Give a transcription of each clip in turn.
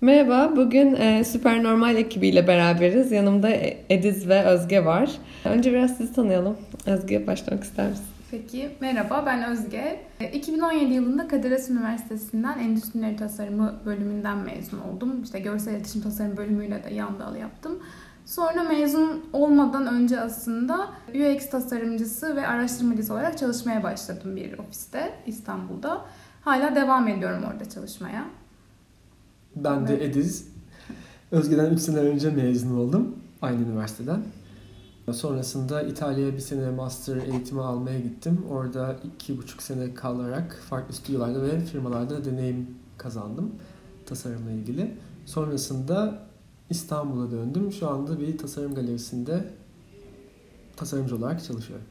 Merhaba, bugün Süpernormal ekibiyle beraberiz. Yanımda Ediz ve Özge var. Önce biraz sizi tanıyalım. Özge, başlamak ister misin? Peki, merhaba ben Özge. 2017 yılında Kadir Has Üniversitesi'nden Endüstri Tasarımı bölümünden mezun oldum. İşte görsel iletişim tasarım bölümüyle de yan dal yaptım. Sonra mezun olmadan önce aslında UX tasarımcısı ve araştırmacısı olarak çalışmaya başladım bir ofiste İstanbul'da. Hala devam ediyorum orada çalışmaya. Ben de Ediz. Özge'den 3 sene önce mezun oldum. Aynı üniversiteden. Sonrasında İtalya'ya bir sene master eğitimi almaya gittim. Orada 2,5 sene kalarak farklı stüdyolarda ve firmalarda deneyim kazandım tasarımla ilgili. Sonrasında İstanbul'a döndüm. Şu anda bir tasarım galerisinde tasarımcı olarak çalışıyorum.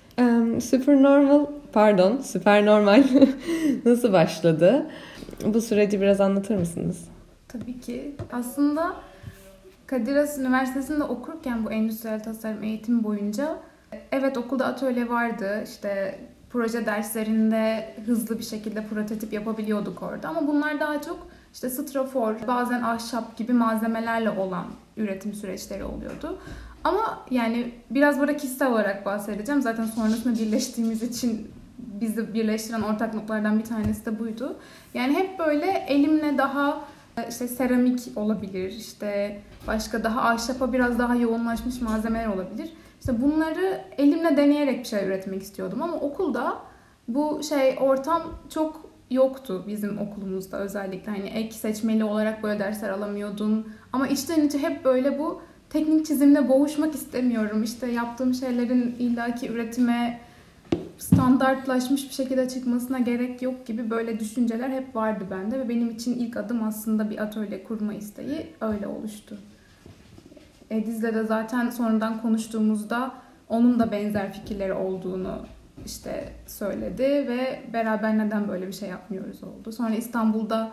Süpernormal nasıl başladı? Bu süreci biraz anlatır mısınız? Tabii ki. Aslında Kadir Has Üniversitesi'nde okurken bu endüstriyel tasarım eğitimi boyunca evet okulda atölye vardı. İşte proje derslerinde hızlı bir şekilde prototip yapabiliyorduk orada. Ama bunlar daha çok işte strafor, bazen ahşap gibi malzemelerle olan üretim süreçleri oluyordu. Ama yani biraz burada kişisel olarak bahsedeceğim. Zaten sonrasında birleştiğimiz için bizi birleştiren ortak noktalardan bir tanesi de buydu. Yani hep böyle elimle daha işte seramik olabilir, işte başka daha ahşapa biraz daha yoğunlaşmış malzemeler olabilir. İşte bunları elimle deneyerek bir şey üretmek istiyordum ama okulda bu ortam çok yoktu bizim okulumuzda özellikle. Hani ek seçmeli olarak böyle dersler alamıyordun ama içten içe hep böyle bu teknik çizimle boğuşmak istemiyorum. İşte yaptığım şeylerin illaki üretime standartlaşmış bir şekilde çıkmasına gerek yok gibi böyle düşünceler hep vardı bende ve benim için ilk adım aslında bir atölye kurma isteği öyle oluştu. Ediz'le de zaten sonradan konuştuğumuzda onun da benzer fikirleri olduğunu işte söyledi ve beraber neden böyle bir şey yapmıyoruz oldu. Sonra İstanbul'da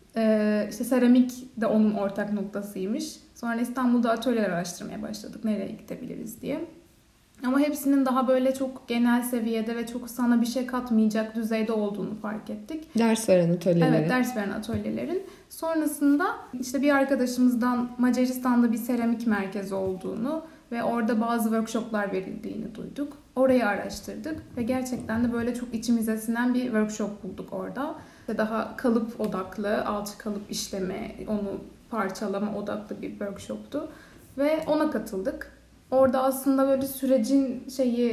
işte seramik de onun ortak noktasıymış. Sonra İstanbul'da atölyeler araştırmaya başladık nereye gidebiliriz diye. Ama hepsinin daha böyle çok genel seviyede ve çok sana bir şey katmayacak düzeyde olduğunu fark ettik. Ders veren atölyelerin. Evet, ders veren atölyelerin. Sonrasında işte bir arkadaşımızdan Macaristan'da bir seramik merkezi olduğunu ve orada bazı workshoplar verildiğini duyduk. Orayı araştırdık ve gerçekten de böyle çok içimize sinen bir workshop bulduk orada. İşte daha kalıp odaklı, alçı kalıp işleme, onu parçalama odaklı bir workshoptu ve ona katıldık. Orada aslında böyle sürecin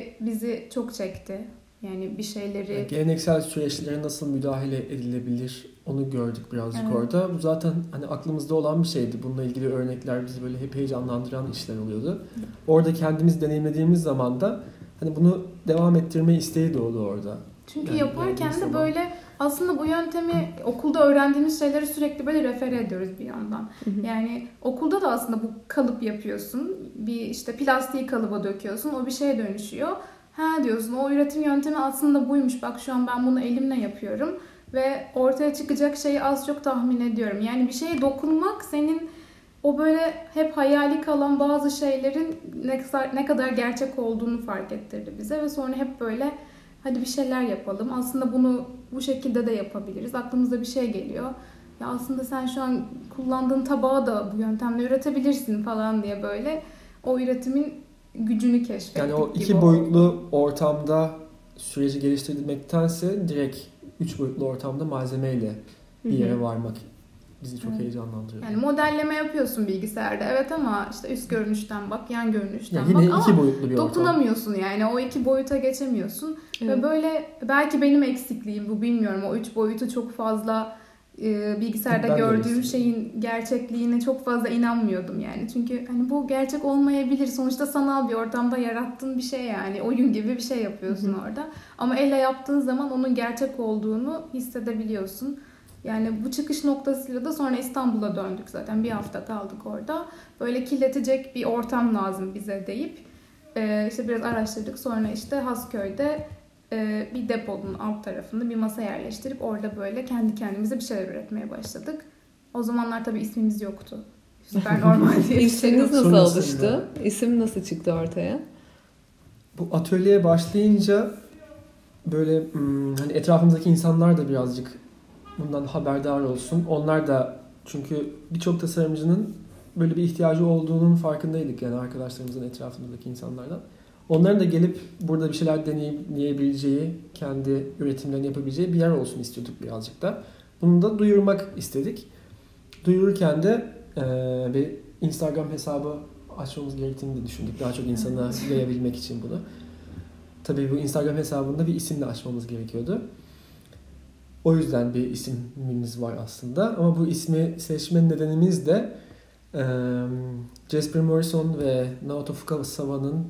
bizi çok çekti. Yani bir şeyleri... Yani geleneksel süreçlere nasıl müdahale edilebilir onu gördük birazcık evet. Orada. Bu zaten hani aklımızda olan bir şeydi. Bununla ilgili örnekler bizi böyle hep heyecanlandıran işler oluyordu. Orada kendimiz deneyimlediğimiz zaman da hani bunu devam ettirme isteği doğdu orada. Çünkü yani yaparken de böyle aslında bu yöntemi okulda öğrendiğimiz şeyleri sürekli böyle refere ediyoruz bir yandan. Yani okulda da aslında bu kalıp yapıyorsun. Bir işte plastiği kalıba döküyorsun. O bir şeye dönüşüyor. Ha diyorsun o üretim yöntemi aslında buymuş. Bak şu an ben bunu elimle yapıyorum. Ve ortaya çıkacak şeyi az çok tahmin ediyorum. Yani bir şeye dokunmak senin o böyle hep hayali kalan bazı şeylerin ne kadar gerçek olduğunu fark ettirdi bize. Ve sonra hep böyle hadi bir şeyler yapalım. Aslında bunu bu şekilde de yapabiliriz. Aklımıza bir şey geliyor. Ya aslında sen şu an kullandığın tabağı da bu yöntemle üretebilirsin falan diye böyle o üretimin gücünü keşfettik. Yani o iki boyutlu ortamda süreci geliştirmektense direkt 3 boyutlu ortamda malzemeyle bir yere varmak bizi çok heyecanlandırıyor. Yani modelleme yapıyorsun bilgisayarda evet ama işte üst görünüşten bak, yan görünüşten yine bak iki ama boyutlu bir dokunamıyorsun yani o iki boyuta geçemiyorsun. Evet. Ve böyle belki benim eksikliğim bu bilmiyorum o 3 boyutu çok fazla bilgisayarda gördüğüm şeyin gerçekliğine çok fazla inanmıyordum yani. Çünkü hani bu gerçek olmayabilir. Sonuçta sanal bir ortamda yarattığın bir şey yani. Oyun gibi bir şey yapıyorsun orada. Ama elle yaptığın zaman onun gerçek olduğunu hissedebiliyorsun. Yani bu çıkış noktasıyla da sonra İstanbul'a döndük zaten. Bir hafta kaldık orada. Böyle kirletecek bir ortam lazım bize deyip işte biraz araştırdık. Sonra işte Hasköy'de bir deponun alt tarafında bir masa yerleştirip orada böyle kendi kendimize bir şeyler üretmeye başladık. O zamanlar tabii ismimiz yoktu. Süpernormal diye. İsminiz nasıl oluştu? İsim nasıl çıktı ortaya? Bu atölyeye başlayınca böyle hani etrafımızdaki insanlar da birazcık bundan haberdar olsun. Onlar da Çünkü birçok tasarımcının böyle bir ihtiyacı olduğunun farkındaydık yani arkadaşlarımızın etrafındaki insanlardan. Onların da gelip burada bir şeyler deneyimleyebileceği, kendi üretimlerini yapabileceği bir yer olsun istiyorduk birazcık da. Bunu da duyurmak istedik. Duyururken de bir Instagram hesabı açmamız gerektiğini de düşündük. Daha çok insana yayabilmek için bunu. Tabii bu Instagram hesabında bir isimle açmamız gerekiyordu. O yüzden bir isimimiz var aslında. Ama bu ismi seçme nedenimiz de Jesper Morrison ve Naoto Fukasawa'nın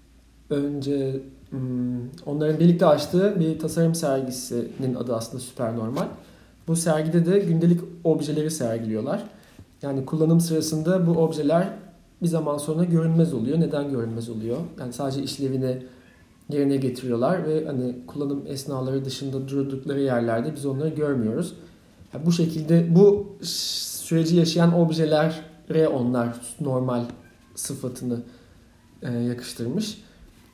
önce onların birlikte açtığı bir tasarım sergisinin adı aslında Süpernormal. Bu sergide de gündelik objeleri sergiliyorlar. Yani kullanım sırasında bu objeler bir zaman sonra görünmez oluyor. Neden görünmez oluyor? Yani sadece işlevini yerine getiriyorlar ve hani kullanım esnaları dışında durdukları yerlerde biz onları görmüyoruz. Yani bu şekilde bu süreci yaşayan objelere onlar normal sıfatını yakıştırmış.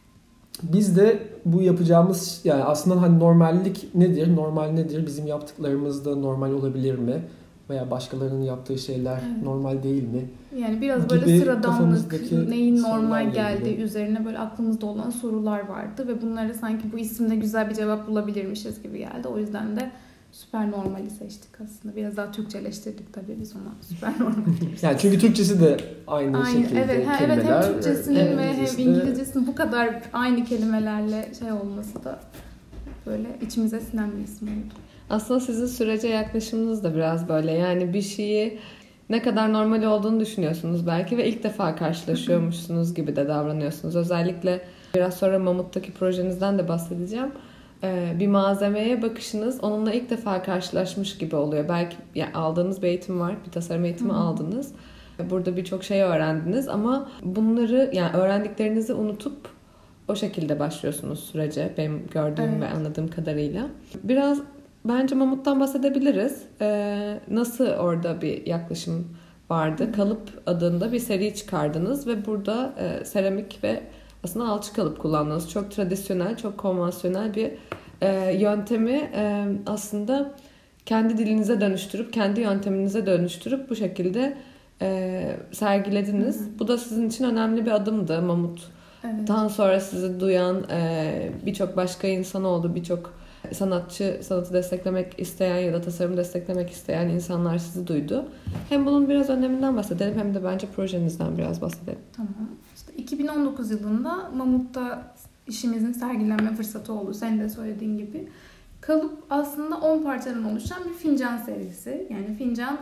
Biz de bu yapacağımız yani aslında hani normallik nedir? Normal nedir? Bizim yaptıklarımızda normal olabilir mi? Veya başkalarının yaptığı şeyler normal değil mi? Yani biraz böyle sıradanlık, neyin normal geldiği üzerine böyle aklımızda olan sorular vardı ve bunlara sanki bu isimde güzel bir cevap bulabilirmişiz gibi geldi. O yüzden de Süpernormal'i seçtik aslında. Biraz daha Türkçeleştirdik tabii biz ona Süpernormal. Yani çünkü Türkçesi de aynı şekilde evet, kelimeler. Evet, hem Türkçesinin ve hem İngilizcesinin bu kadar aynı kelimelerle olması da böyle içimize sinen bir isim oldu. Aslında sizin sürece yaklaşımınız da biraz böyle. Yani bir şeyi ne kadar normal olduğunu düşünüyorsunuz belki ve ilk defa karşılaşıyormuşsunuz gibi de davranıyorsunuz. Özellikle biraz sonra Mamut'taki projenizden de bahsedeceğim. Bir malzemeye bakışınız onunla ilk defa karşılaşmış gibi oluyor. Belki yani aldığınız bir eğitim var, bir tasarım eğitimi aldınız. Burada birçok şey öğrendiniz ama bunları yani öğrendiklerinizi unutup o şekilde başlıyorsunuz sürece benim gördüğüm ve anladığım kadarıyla. Biraz bence Mamut'tan bahsedebiliriz. Nasıl orada bir yaklaşım vardı? Kalıp adında bir seri çıkardınız ve burada seramik ve aslında alçı kalıp kullandınız. Çok tradisyonel, çok konvansiyonel bir yöntemi aslında kendi dilinize dönüştürüp, kendi yönteminize dönüştürüp bu şekilde sergilediniz. Bu da sizin için önemli bir adımdı Mamut. Daha sonra sizi duyan birçok başka insan oldu, birçok sanatı desteklemek isteyen ya da tasarım desteklemek isteyen insanlar sizi duydu. Hem bunun biraz öneminden bahsedelim hem de bence projenizden biraz bahsedelim. Tamam. İşte 2019 yılında Mamut'ta işimizin sergilenme fırsatı oldu. Sen de söylediğin gibi. Kalıp aslında 10 parçadan oluşan bir fincan serisi. Yani fincan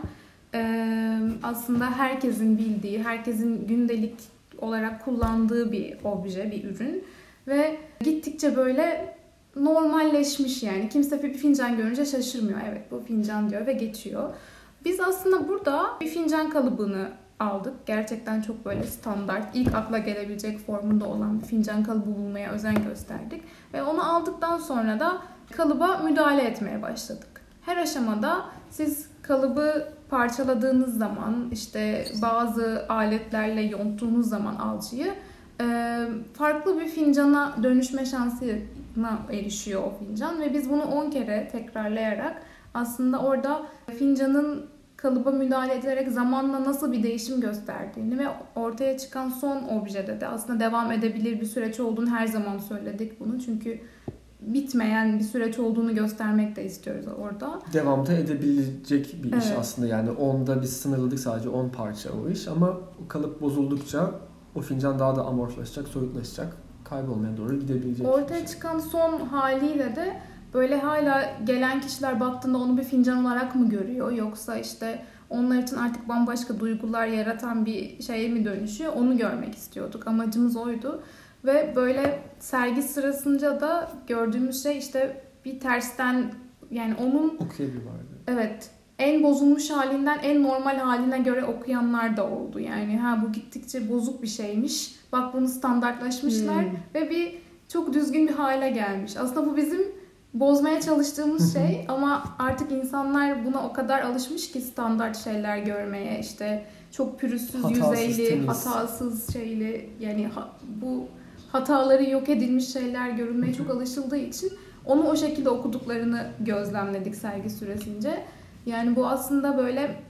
aslında herkesin bildiği, herkesin gündelik olarak kullandığı bir obje, bir ürün. Ve gittikçe böyle normalleşmiş yani. Kimse bir fincan görünce şaşırmıyor. Evet bu fincan diyor ve geçiyor. Biz aslında burada bir fincan kalıbını aldık. Gerçekten çok böyle standart, ilk akla gelebilecek formunda olan bir fincan kalıbı bulmaya özen gösterdik. Ve onu aldıktan sonra da kalıba müdahale etmeye başladık. Her aşamada siz kalıbı parçaladığınız zaman, işte bazı aletlerle yonttuğunuz zaman alçıyı farklı bir fincana dönüşme şansına erişiyor o fincan. Ve biz bunu 10 kere tekrarlayarak aslında orada fincanın kalıba müdahale ederek zamanla nasıl bir değişim gösterdiğini ve ortaya çıkan son objede de aslında devam edebilir bir süreç olduğunu her zaman söyledik bunu. Çünkü bitmeyen bir süreç olduğunu göstermek de istiyoruz orada. Devamda edebilecek bir iş aslında yani onda biz sınırladık sadece 10 parça o iş ama kalıp bozuldukça o fincan daha da amorflaşacak, soyutlaşacak, kaybolmaya doğru gidebilecek. Ortaya çıkan son haliyle de böyle hala gelen kişiler baktığında onu bir fincan olarak mı görüyor yoksa işte onlar için artık bambaşka duygular yaratan bir şeye mi dönüşüyor onu görmek istiyorduk. Amacımız oydu. Ve böyle sergi sırasında da gördüğümüz şey işte bir tersten yani onun okuyabilir vardı. Evet. En bozulmuş halinden en normal haline göre okuyanlar da oldu. Yani bu gittikçe bozuk bir şeymiş. Bak bunu standartlaşmışlar ve bir çok düzgün bir hale gelmiş. Aslında bu bizim bozmaya çalıştığımız şey ama artık insanlar buna o kadar alışmış ki standart şeyler görmeye işte çok pürüzsüz, yüzeyli, hatasız şeyli yani bu hataları yok edilmiş şeyler görünmeye çok alışıldığı için onu o şekilde okuduklarını gözlemledik sergi süresince. Yani bu aslında böyle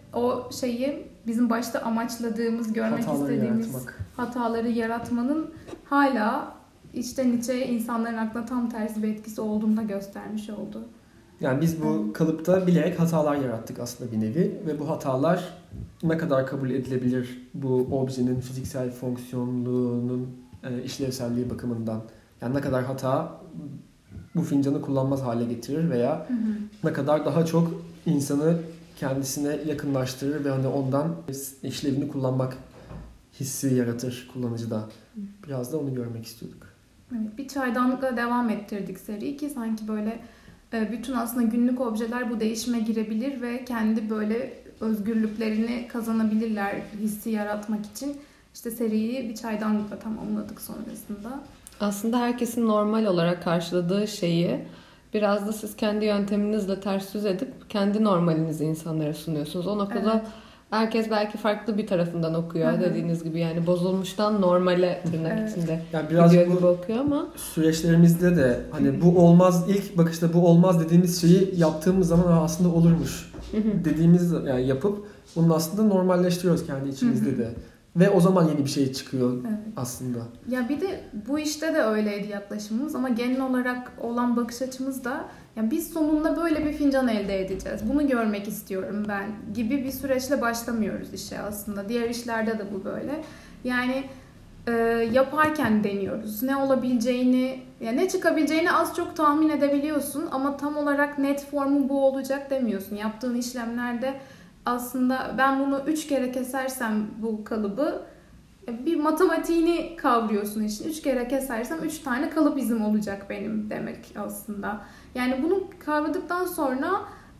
o şeyi bizim başta amaçladığımız, görmek istediğimiz hataları yaratmanın hala içten içe insanların aklına tam tersi bir etkisi olduğunu da göstermiş oldu. Yani biz bu kalıpta bilerek hatalar yarattık aslında bir nevi ve bu hatalar ne kadar kabul edilebilir bu objenin fiziksel fonksiyonluğunun işlevselliği bakımından. Yani ne kadar hata bu fincanı kullanmaz hale getirir veya ne kadar daha çok insanı kendisine yakınlaştırır ve hani ondan işlevini kullanmak hissi yaratır kullanıcıda. Biraz da onu görmek istiyorduk. Evet, bir çaydanlıkla devam ettirdik seriyi ki sanki böyle bütün aslında günlük objeler bu değişime girebilir ve kendi böyle özgürlüklerini kazanabilirler hissi yaratmak için. İşte seriyi bir çaydanlıkla tamamladık sonrasında. Aslında herkesin normal olarak karşıladığı şeyi biraz da siz kendi yönteminizle ters yüz edip kendi normalinizi insanlara sunuyorsunuz. O noktada herkes belki farklı bir tarafından okuyor dediğiniz gibi, yani bozulmuştan normale tırnak içinde yani birazcık gibi okuyor ama süreçlerimizde de hani bu olmaz, ilk bakışta bu olmaz dediğimiz şeyi yaptığımız zaman aslında olurmuş dediğimiz yani yapıp bunu aslında normalleştiriyoruz kendi içimizde de. Ve o zaman yeni bir şey çıkıyor aslında. Ya bir de bu işte de öyleydi yaklaşımımız ama genel olarak olan bakış açımız da ya biz sonunda böyle bir fincan elde edeceğiz. Bunu görmek istiyorum ben gibi bir süreçle başlamıyoruz işe aslında. Diğer işlerde de bu böyle. Yani yaparken deniyoruz. Ne olabileceğini, yani ne çıkabileceğini az çok tahmin edebiliyorsun ama tam olarak net formu bu olacak demiyorsun. Yaptığın işlemlerde aslında ben bunu 3 kere kesersem bu kalıbı bir matematiğini kavruyorsun işin. 3 kere kesersem 3 tane kalıp izim olacak benim demek aslında. Yani bunu kavradıktan sonra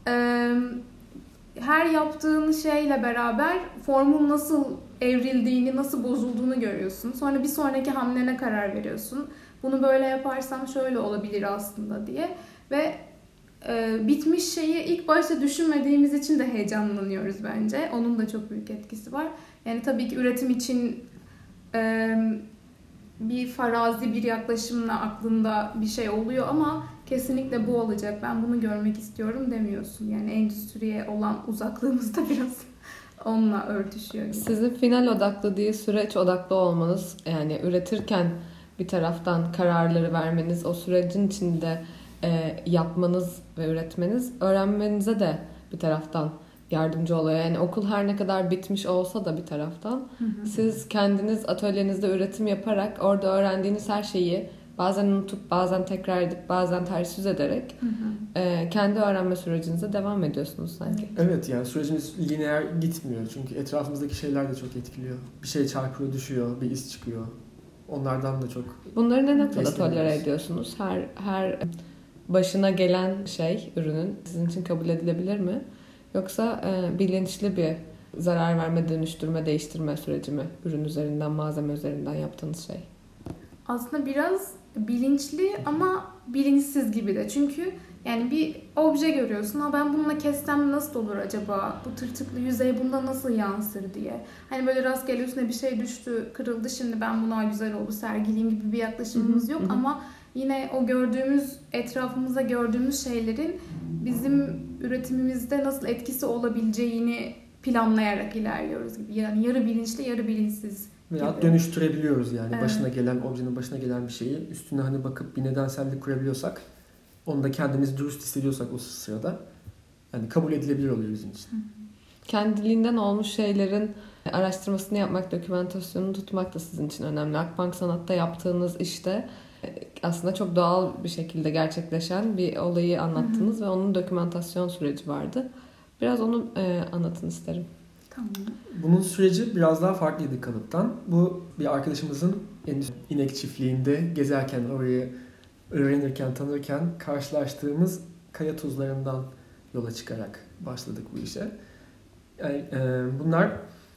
her yaptığın şeyle beraber formun nasıl evrildiğini, nasıl bozulduğunu görüyorsun. Sonra bir sonraki hamlene karar veriyorsun. Bunu böyle yaparsam şöyle olabilir aslında diye. Ve bitmiş şeyi ilk başta düşünmediğimiz için de heyecanlanıyoruz bence. Onun da çok büyük etkisi var. Yani tabii ki üretim için bir farazi bir yaklaşımla aklında bir şey oluyor ama kesinlikle bu olacak, ben bunu görmek istiyorum demiyorsun. Yani endüstriye olan uzaklığımız da biraz onunla örtüşüyor gibi. Sizin final odaklı değil, süreç odaklı olmanız, yani üretirken bir taraftan kararları vermeniz, o sürecin içinde yapmanız ve üretmeniz öğrenmenize de bir taraftan yardımcı oluyor. Yani okul her ne kadar bitmiş olsa da bir taraftan siz kendiniz atölyenizde üretim yaparak orada öğrendiğiniz her şeyi bazen unutup, bazen tekrar edip, bazen ters yüz ederek kendi öğrenme sürecinize devam ediyorsunuz sanki. Evet, yani sürecimiz lineer gitmiyor çünkü etrafımızdaki şeyler de çok etkiliyor. Bir şey çarpıyor, düşüyor, bir iz çıkıyor. Onlardan da çok. Bunları ne noktada tolere ediyorsunuz? Her başına gelen şey, ürünün sizin için kabul edilebilir mi? Yoksa bilinçli bir zarar verme, dönüştürme, değiştirme süreci mi? Ürün üzerinden, malzeme üzerinden yaptığınız şey. Aslında biraz bilinçli ama bilinçsiz gibi de. Çünkü yani bir obje görüyorsun. Ha ben bununla kessem nasıl olur acaba? Bu tırtıklı yüzey bunda nasıl yansır diye. Hani böyle rastgele üstüne bir şey düştü, kırıldı, şimdi ben buna güzel oldu sergileyim gibi bir yaklaşımımız yok. Ama yine o gördüğümüz, etrafımızda gördüğümüz şeylerin bizim üretimimizde nasıl etkisi olabileceğini planlayarak ilerliyoruz gibi. Yani yarı bilinçli, yarı bilinçsiz veya gibi. Dönüştürebiliyoruz yani. Evet. Başına gelen, objenin başına gelen bir şeyi üstüne hani bakıp bir nedensellik kurabiliyorsak, onu da kendimiz dürüst hissediyorsak o sırada yani kabul edilebilir oluyor bizim için. Kendiliğinden olmuş şeylerin araştırmasını yapmak, dokümantasyonunu tutmak da sizin için önemli. Akbank Sanat'ta yaptığınız işte aslında çok doğal bir şekilde gerçekleşen bir olayı anlattınız ve onun dokümantasyon süreci vardı. Biraz onu anlatın isterim. Tamam. Bunun süreci biraz daha farklıydı kalıptan. Bu bir arkadaşımızın inek çiftliğinde gezerken, orayı öğrenirken, tanırken karşılaştığımız kaya tuzlarından yola çıkarak başladık bu işe. Yani, bunlar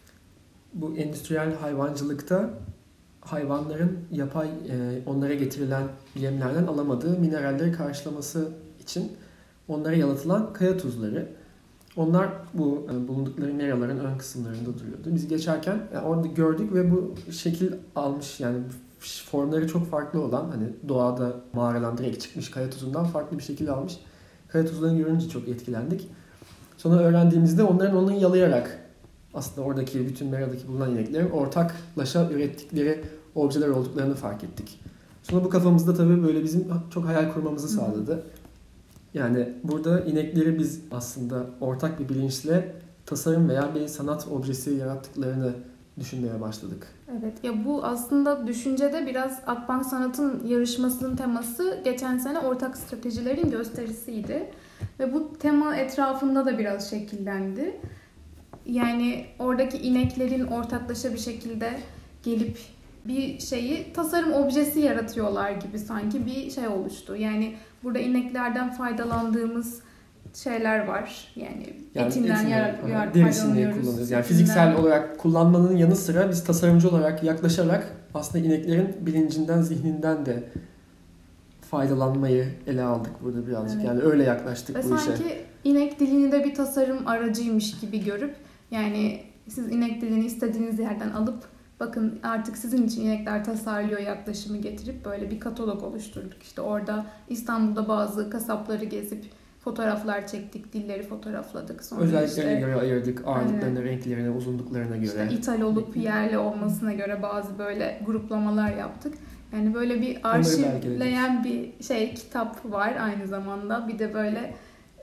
bu endüstriyel hayvancılıkta hayvanların yapay onlara getirilen yemlerden alamadığı mineralleri karşılaması için onlara yalıtılan kaya tuzları. Onlar bu bulundukları meraların ön kısımlarında duruyordu. Biz geçerken yani orada gördük ve bu şekil almış, yani formları çok farklı olan, hani doğada mağaradan direkt çıkmış kaya tuzundan farklı bir şekil almış. Kaya tuzlarını görünce çok etkilendik. Sonra öğrendiğimizde onların onu yalayarak aslında oradaki bütün meradaki bulunan ineklerin ortaklaşa ürettikleri objeler olduklarını fark ettik. Sonra bu kafamızda tabii böyle bizim çok hayal kurmamızı sağladı. Yani burada inekleri biz aslında ortak bir bilinçle tasarım veya bir sanat objesi yarattıklarını düşünmeye başladık. Evet, ya bu aslında düşüncede biraz Akbank Sanat'ın yarışmasının teması geçen sene ortak stratejilerin gösterisiydi. Ve bu tema etrafında da biraz şekillendi. Yani oradaki ineklerin ortaklaşa bir şekilde gelip bir şeyi tasarım objesi yaratıyorlar gibi sanki bir şey oluştu. Yani burada ineklerden faydalandığımız şeyler var. Yani etinden derisini kullanıyoruz. Yani fiziksel olarak kullanmanın yanı sıra biz tasarımcı olarak yaklaşarak aslında ineklerin bilincinden, zihninden de faydalanmayı ele aldık burada birazcık. Evet. Yani öyle yaklaştık ve bu işe. Sanki inek dilini de bir tasarım aracıymış gibi görüp yani siz inek dilini istediğiniz yerden alıp bakın artık sizin için inekler tasarlıyor yaklaşımı getirip böyle bir katalog oluşturduk. İşte orada İstanbul'da bazı kasapları gezip fotoğraflar çektik, dilleri fotoğrafladık. Sonra özelliklerine göre ayırdık, ağırlıklarına, renklerine, uzunluklarına göre. İşte ithal olup yerli olmasına göre bazı böyle gruplamalar yaptık. Yani böyle bir arşivleyen bir kitap var aynı zamanda. Bir de böyle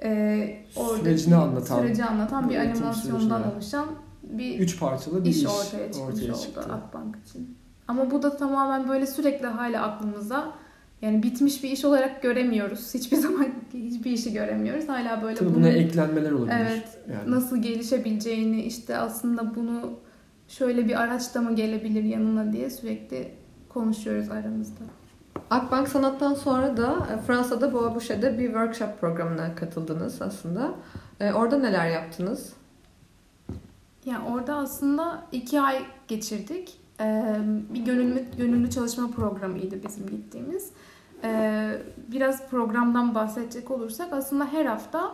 süreci anlatan bir animasyondan oluşan bir 3 parçalı bir iş ortaya çıktı Akbank için. Ama bu da tamamen böyle sürekli hala aklımıza, yani bitmiş bir iş olarak göremiyoruz. Hiçbir zaman hiçbir işi göremiyoruz. Hala böyle tabii buna eklenmeler olabilir. Evet. Yani. Nasıl gelişebileceğini, işte aslında bunu şöyle bir araçla mı gelebilir yanına diye sürekli konuşuyoruz aramızda. Akbank Sanat'tan sonra da Fransa'da Bois Boucher'de bir workshop programına katıldınız aslında. Orada neler yaptınız? Yani orada aslında 2 ay geçirdik. Bir gönüllü çalışma programıydı bizim gittiğimiz. Biraz programdan bahsedecek olursak aslında her hafta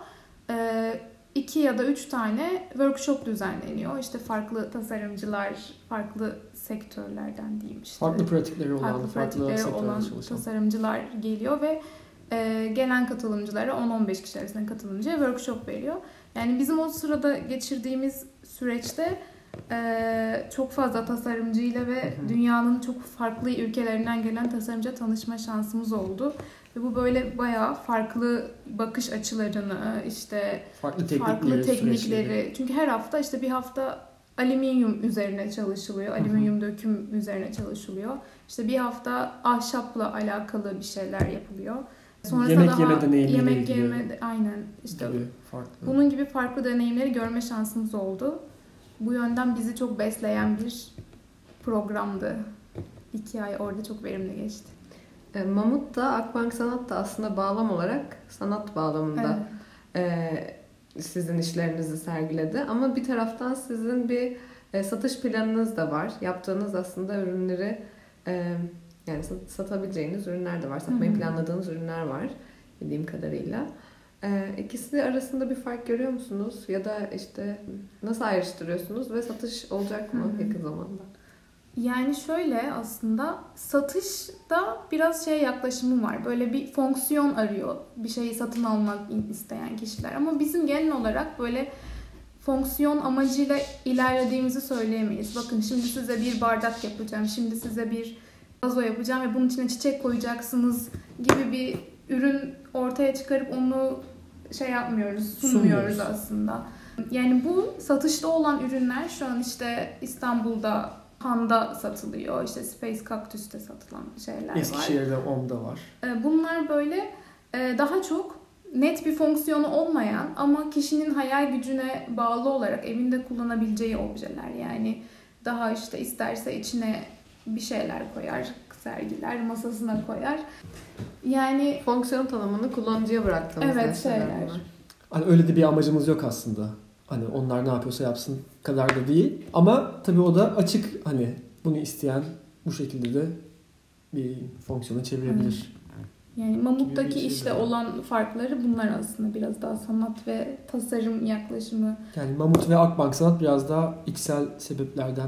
2 ya da 3 tane workshop düzenleniyor. İşte farklı tasarımcılar, farklı sektörlerden diyeyim işte. Farklı pratikleri olan tasarımcılar geliyor ve gelen katılımcılara 10-15 kişi arasında katılımcıya workshop veriyor. Yani bizim o sırada geçirdiğimiz süreçte çok fazla tasarımcıyla ve dünyanın çok farklı ülkelerinden gelen tasarımcıyla tanışma şansımız oldu. Ve bu böyle bayağı farklı bakış açılarını, işte farklı teknikleri. Çünkü her hafta işte bir hafta alüminyum üzerine çalışılıyor. Alüminyum döküm üzerine çalışılıyor. İşte bir hafta ahşapla alakalı bir şeyler yapılıyor. Sonra yemek yeme aynen işte bunun gibi farklı deneyimleri görme şansımız oldu. Bu yönden bizi çok besleyen bir programdı. 2 ay orada çok verimli geçti. Mamut da Akbank Sanat da aslında bağlam olarak sanat bağlamında sizin işlerinizi sergiledi. Ama bir taraftan sizin bir satış planınız da var. Yaptığınız aslında ürünleri yani satabileceğiniz ürünler de var. Satmayı planladığınız ürünler var bildiğim kadarıyla. İkisi arasında bir fark görüyor musunuz? Ya da işte nasıl ayrıştırıyorsunuz ve satış olacak mı yakın zamanda? Yani şöyle aslında satışta biraz yaklaşımı var. Böyle bir fonksiyon arıyor bir şeyi satın almak isteyen kişiler. Ama bizim genel olarak böyle fonksiyon amacıyla ilerlediğimizi söyleyemeyiz. Bakın şimdi size bir bardak yapacağım, şimdi size bir vazo yapacağım ve bunun içine çiçek koyacaksınız gibi bir ürün ortaya çıkarıp onu sunmuyoruz aslında. Yani bu satışta olan ürünler şu an işte İstanbul'da Han'da satılıyor. İşte Space Cactus'te satılan şeyler var. Eskişehir'de OM'da var. Bunlar böyle daha çok net bir fonksiyonu olmayan ama kişinin hayal gücüne bağlı olarak evinde kullanabileceği objeler. Yani daha işte isterse içine bir şeyler koyar, sergiler, masasına koyar. Yani fonksiyon tanımını kullanıcıya bıraktığımız şeyler. Hani öyle de bir amacımız yok aslında. Hani onlar ne yapıyorsa yapsın kadar da değil. Ama tabii o da açık, hani bunu isteyen bu şekilde de bir fonksiyona çevirebilir. Yani Mamut'taki işle olan farkları bunlar aslında, biraz daha sanat ve tasarım yaklaşımı. Yani Mamut ve Akbank Sanat biraz daha içsel sebeplerden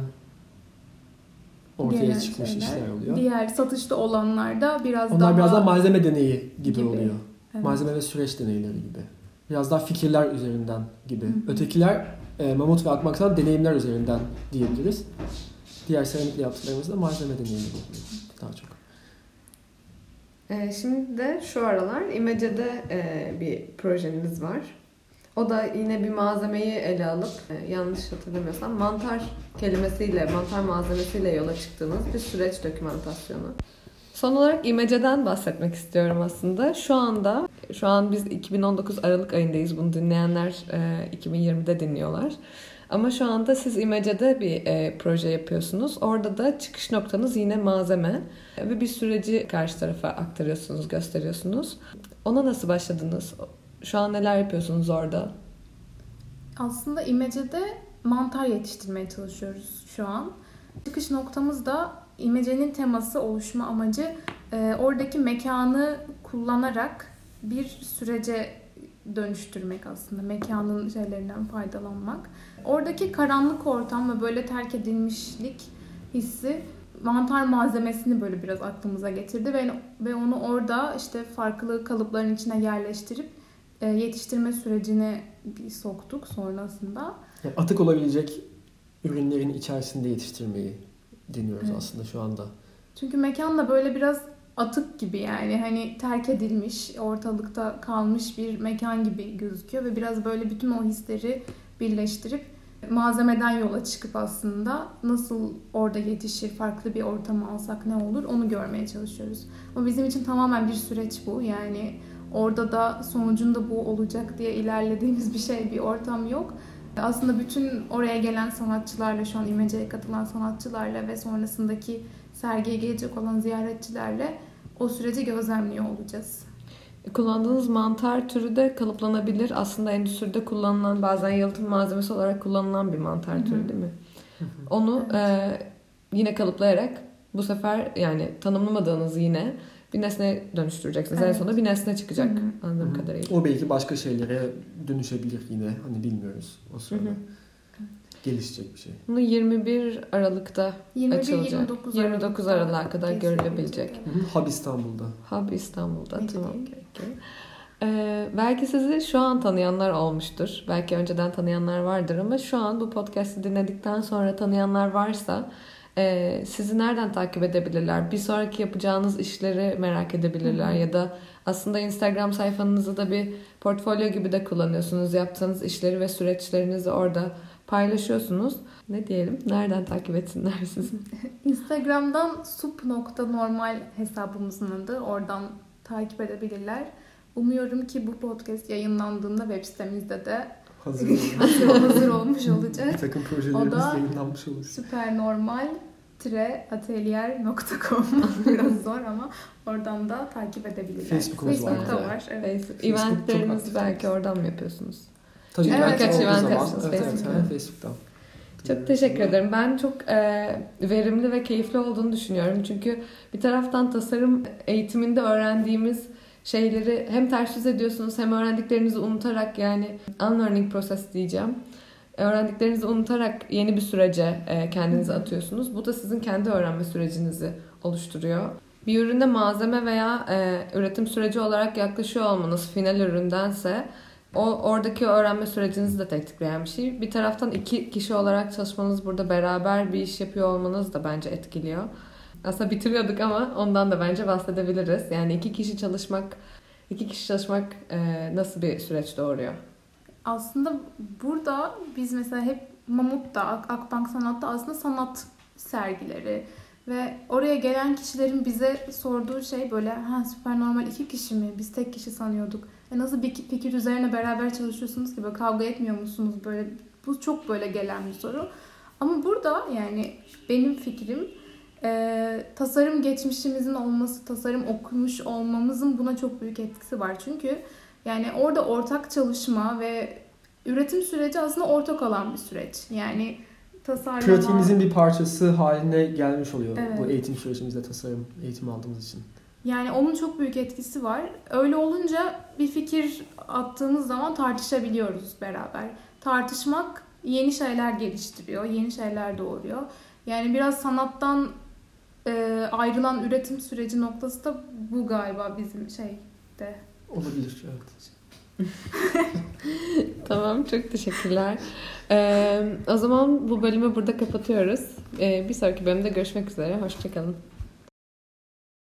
ortaya çıkmış işler oluyor. Diğer satışta olanlar da onlar biraz daha malzeme deneyi gibi oluyor. Evet. Malzeme ve süreç deneyleri gibi. biraz daha fikirler üzerinden gibi. Ötekiler Mamut ve Akbanksan deneyimler üzerinden diyebiliriz. Diğer seramikle yaptıklarımız da malzeme deneyimi oluyor daha çok. Şimdi de şu aralar İmece'de bir projeniz var. O da yine bir malzemeyi ele alıp yanlış hatırlamıyorsam mantar kelimesiyle, mantar malzemesiyle yola çıktığınız bir süreç dokümantasyonu. Son olarak İmece'den bahsetmek istiyorum aslında. Şu an biz 2019 Aralık ayındayız. Bunu dinleyenler 2020'de dinliyorlar. Ama şu anda siz İmece'de bir proje yapıyorsunuz. Orada da çıkış noktanız yine malzeme ve bir süreci karşı tarafa aktarıyorsunuz, gösteriyorsunuz. Ona nasıl başladınız? Şu an neler yapıyorsunuz orada? Aslında İmece'de mantar yetiştirmeye çalışıyoruz şu an. Çıkış noktamız da İmece'nin teması, oluşma amacı oradaki mekanı kullanarak bir sürece dönüştürmek aslında. Mekanın şeylerinden faydalanmak. Oradaki karanlık ortam ve böyle terk edilmişlik hissi mantar malzemesini böyle biraz aklımıza getirdi ve onu orada işte farklı kalıpların içine yerleştirip yetiştirme sürecine soktuk sonrasında. Yani atık olabilecek ürünlerin içerisinde yetiştirmeyi deniyoruz aslında şu anda. Çünkü mekan da böyle biraz atık gibi, yani hani terk edilmiş, ortalıkta kalmış bir mekan gibi gözüküyor ve biraz böyle bütün o hisleri birleştirip malzemeden yola çıkıp aslında nasıl orada yetişir, farklı bir ortamı alsak ne olur onu görmeye çalışıyoruz. Ama bizim için tamamen bir süreç bu. Yani orada da sonucunda bu olacak diye ilerlediğimiz bir ortam yok. Aslında bütün oraya gelen sanatçılarla, şu an İmece'ye katılan sanatçılarla ve sonrasındaki sergiye gelecek olan ziyaretçilerle o süreci gözlemliyor olacağız. Kullandığınız mantar türü de kalıplanabilir. Aslında endüstride kullanılan, bazen yalıtım malzemesi olarak kullanılan bir mantar türü değil mi? Onu yine kalıplayarak bu sefer yani tanımlamadığınız yine bir nesneye dönüştüreceksiniz. En sonunda bir nesne çıkacak anladığım kadarıyla. O belki başka şeylere dönüşebilir yine. Hani bilmiyoruz o sırada. Gelişecek bir şey. Bunu 21 Aralık'ta açılacak. 29 Aralık'a kadar görülebilecek. Hub İstanbul'da. Hub İstanbul'da. Tamam. Belki sizi şu an tanıyanlar olmuştur. Belki önceden tanıyanlar vardır ama şu an bu podcast'i dinledikten sonra tanıyanlar varsa sizi nereden takip edebilirler? Bir sonraki yapacağınız işleri merak edebilirler ya da aslında Instagram sayfanızı da bir portfolyo gibi de kullanıyorsunuz. Yaptığınız işleri ve süreçlerinizi orada paylaşıyorsunuz. Ne diyelim? Nereden takip etsinler sizi? Instagram'dan sup.normal hesabımızın adı. Oradan takip edebilirler. Umuyorum ki bu podcast yayınlandığında web sitemizde de hazır olmuş olacak. Bir takım projelerimiz yayınlanmış olacak. Supernormal-atelier.com biraz zor ama oradan da takip edebilirler. Facebook'ta var. Evet. Eventlerinizi belki oradan mı yapıyorsunuz? Tabii birkaç event yapıyorsunuz Facebook'tan. Çok teşekkür ederim. Ben çok verimli ve keyifli olduğunu düşünüyorum. Çünkü bir taraftan tasarım eğitiminde öğrendiğimiz şeyleri hem ters yüz ediyorsunuz hem öğrendiklerinizi unutarak, yani unlearning process diyeceğim. Öğrendiklerinizi unutarak yeni bir sürece kendinizi atıyorsunuz. Bu da sizin kendi öğrenme sürecinizi oluşturuyor. Bir üründe malzeme veya üretim süreci olarak yaklaşıyor olmanız final üründense oradaki öğrenme sürecinizi de tetikleyen bir şey. Bir taraftan 2 kişi olarak çalışmanız, burada beraber bir iş yapıyor olmanız da bence etkiliyor. Aslında bitiriyorduk ama ondan da bence bahsedebiliriz. Yani 2 kişi çalışmak nasıl bir süreç doğuruyor? Aslında burada biz mesela hep Mamut'ta, Akbank Sanat'ta aslında sanat sergileri ve oraya gelen kişilerin bize sorduğu şey böyle Supernormal 2 kişi mi? Biz tek kişi sanıyorduk. Nasıl bir fikir üzerine beraber çalışıyorsunuz gibi, kavga etmiyor musunuz? Böyle, bu çok böyle gelen bir soru. Ama burada yani benim fikrim tasarım geçmişimizin olması, tasarım okumuş olmamızın buna çok büyük etkisi var. Çünkü yani orada ortak çalışma ve üretim süreci aslında ortak olan bir süreç. Yani tasarlama... Pratiğimizin bir parçası haline gelmiş oluyor bu eğitim sürecimizde, tasarım eğitimi aldığımız için. Yani onun çok büyük etkisi var. Öyle olunca bir fikir attığımız zaman tartışabiliyoruz beraber. Tartışmak yeni şeyler geliştiriyor, yeni şeyler doğuruyor. Yani biraz sanattan ayrılan üretim süreci noktası da bu galiba bizim şeyde. Olabilir, evet. Tamam, çok teşekkürler. O zaman bu bölümü burada kapatıyoruz. Bir sonraki bölümde görüşmek üzere. Hoşça kalın.